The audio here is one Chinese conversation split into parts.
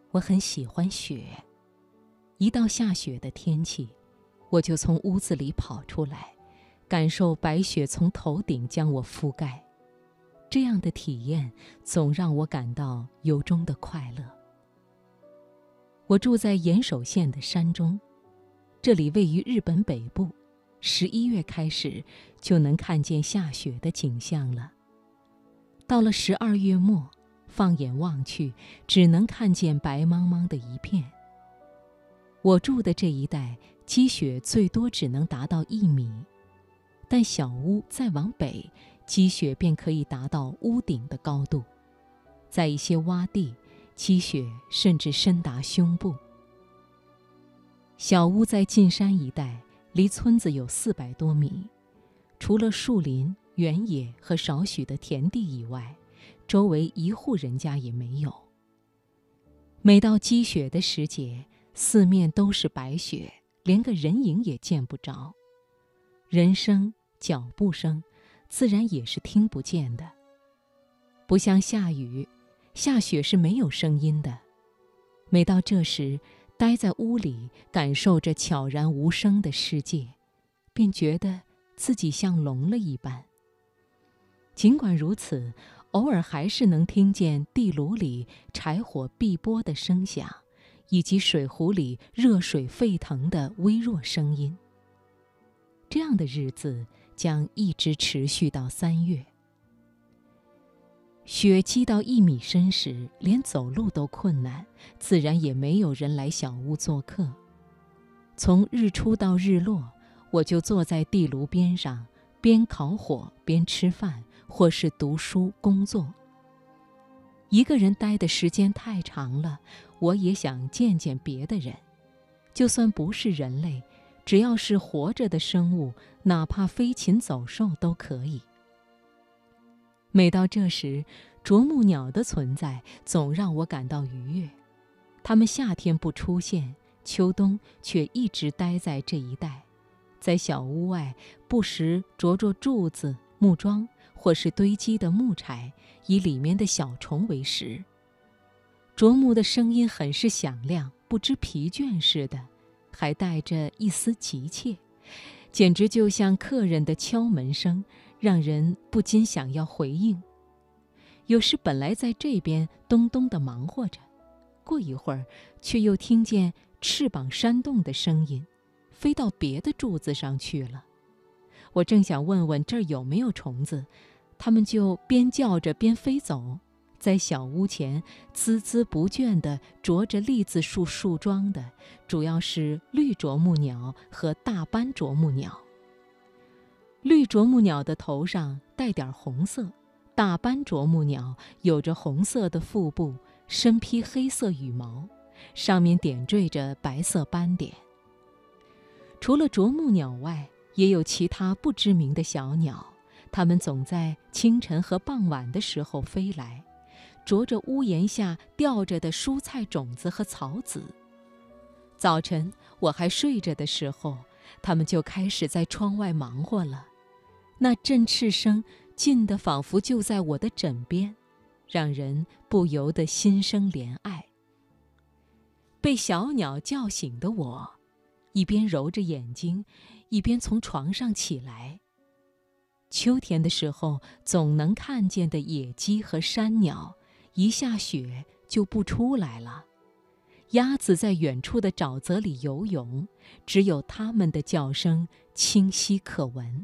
我很喜欢雪，一到下雪的天气，我就从屋子里跑出来，感受白雪从头顶将我覆盖。这样的体验总让我感到由衷的快乐。我住在岩手县的山中，这里位于日本北部，11月开始就能看见下雪的景象了。到了12月末，放眼望去，只能看见白茫茫的一片。我住的这一带，积雪最多只能达到1米，但小屋再往北，积雪便可以达到屋顶的高度。在一些洼地，积雪甚至深达胸部。小屋在进山一带，离村子有400多米，除了树林、原野和少许的田地以外，周围一户人家也没有。每到积雪的时节，四面都是白雪，连个人影也见不着。人声、脚步声，自然也是听不见的。不像下雨，下雪是没有声音的。每到这时，待在屋里，感受着悄然无声的世界，便觉得自己像聋了一般。尽管如此，偶尔还是能听见地炉里柴火碧波的声响，以及水壶里热水沸腾的微弱声音。这样的日子将一直持续到3月。雪积到1米深时，连走路都困难，自然也没有人来小屋做客。从日出到日落，我就坐在地炉边上，边烤火边吃饭，或是读书工作。一个人待的时间太长了，我也想见见别的人，就算不是人类，只要是活着的生物，哪怕飞禽走兽都可以。每到这时，啄木鸟的存在总让我感到愉悦。它们夏天不出现，秋冬却一直待在这一带，在小屋外不时啄啄柱子、木桩，或是堆积的木柴，以里面的小虫为食。啄木的声音很是响亮，不知疲倦似的，还带着一丝急切，简直就像客人的敲门声，让人不禁想要回应。有时本来在这边咚咚地忙活着，过一会儿却又听见翅膀扇动的声音，飞到别的柱子上去了。我正想问问这儿有没有虫子，它们就边叫着边飞走，在小屋前孜孜不倦地啄着栗子树树桩的，主要是绿啄木鸟和大斑啄木鸟。绿啄木鸟的头上带点红色，大斑啄木鸟有着红色的腹部，身披黑色羽毛，上面点缀着白色斑点。除了啄木鸟外，也有其他不知名的小鸟，它们总在清晨和傍晚的时候飞来，啄着屋檐下吊着的蔬菜种子和草籽。早晨我还睡着的时候，它们就开始在窗外忙活了，那振翅声近得仿佛就在我的枕边，让人不由得心生怜爱。被小鸟叫醒的我，一边揉着眼睛，一边从床上起来。秋天的时候总能看见的野鸡和山鸟，一下雪就不出来了。鸭子在远处的沼泽里游泳，只有它们的叫声清晰可闻。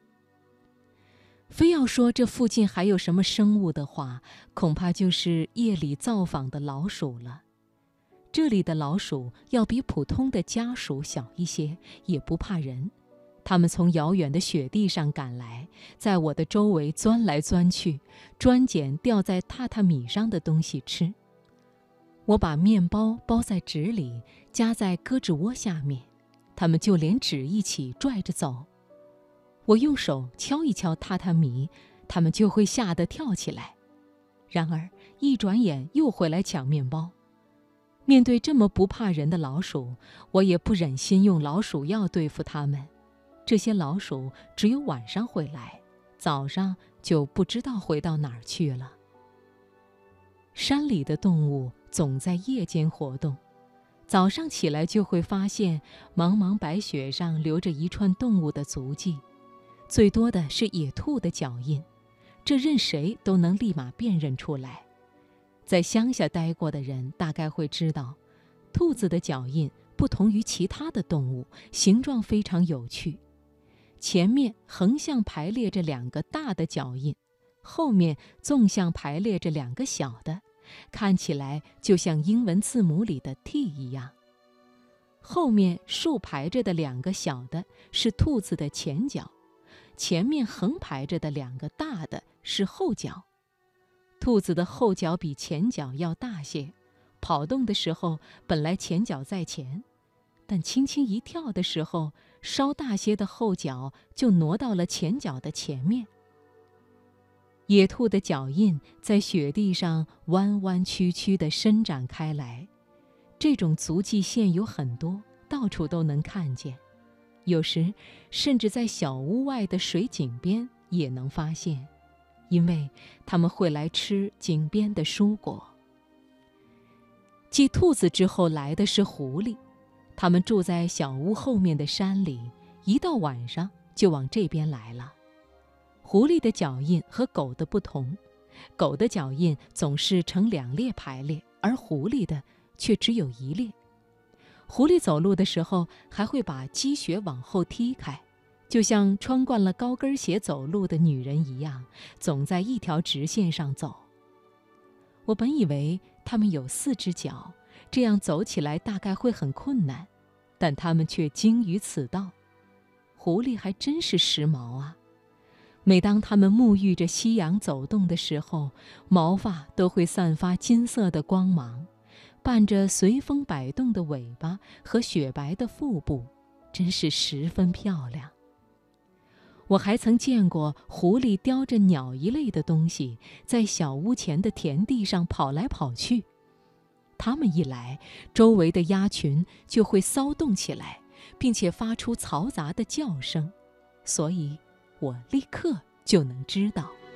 非要说这附近还有什么生物的话，恐怕就是夜里造访的老鼠了。这里的老鼠要比普通的家鼠小一些，也不怕人。它们从遥远的雪地上赶来，在我的周围钻来钻去，专捡掉在榻榻米上的东西吃。我把面包包在纸里，夹在胳肢窝下面，它们就连纸一起拽着走。我用手敲一敲榻榻米，它们就会吓得跳起来，然而一转眼又回来抢面包。面对这么不怕人的老鼠，我也不忍心用老鼠药对付它们。这些老鼠只有晚上会来，早上就不知道回到哪儿去了。山里的动物总在夜间活动，早上起来就会发现茫茫白雪上留着一串动物的足迹，最多的是野兔的脚印，这任谁都能立马辨认出来。在乡下待过的人大概会知道，兔子的脚印不同于其他的动物，形状非常有趣。前面横向排列着2个大的脚印，后面纵向排列着2个小的，看起来就像英文字母里的 T 一样。后面竖排着的2个小的是兔子的前脚，前面横排着的2个大的是后脚。兔子的后脚比前脚要大些，跑动的时候本来前脚在前，但轻轻一跳的时候，稍大些的后脚就挪到了前脚的前面。野兔的脚印在雪地上弯弯曲曲地伸展开来，这种足迹线有很多，到处都能看见，有时甚至在小屋外的水井边也能发现，因为它们会来吃井边的蔬果。继兔子之后来的是狐狸，它们住在小屋后面的山里，一到晚上就往这边来了。狐狸的脚印和狗的不同，狗的脚印总是成2列排列，而狐狸的却只有1列。狐狸走路的时候还会把积雪往后踢开，就像穿惯了高跟鞋走路的女人一样，总在一条直线上走。我本以为它们有4只脚，这样走起来大概会很困难，但它们却精于此道。狐狸还真是时髦啊！每当它们沐浴着夕阳走动的时候，毛发都会散发金色的光芒，伴着随风摆动的尾巴和雪白的腹部，真是十分漂亮。我还曾见过狐狸叼着鸟一类的东西，在小屋前的田地上跑来跑去。它们一来，周围的鸭群就会骚动起来，并且发出嘈杂的叫声，所以我立刻就能知道。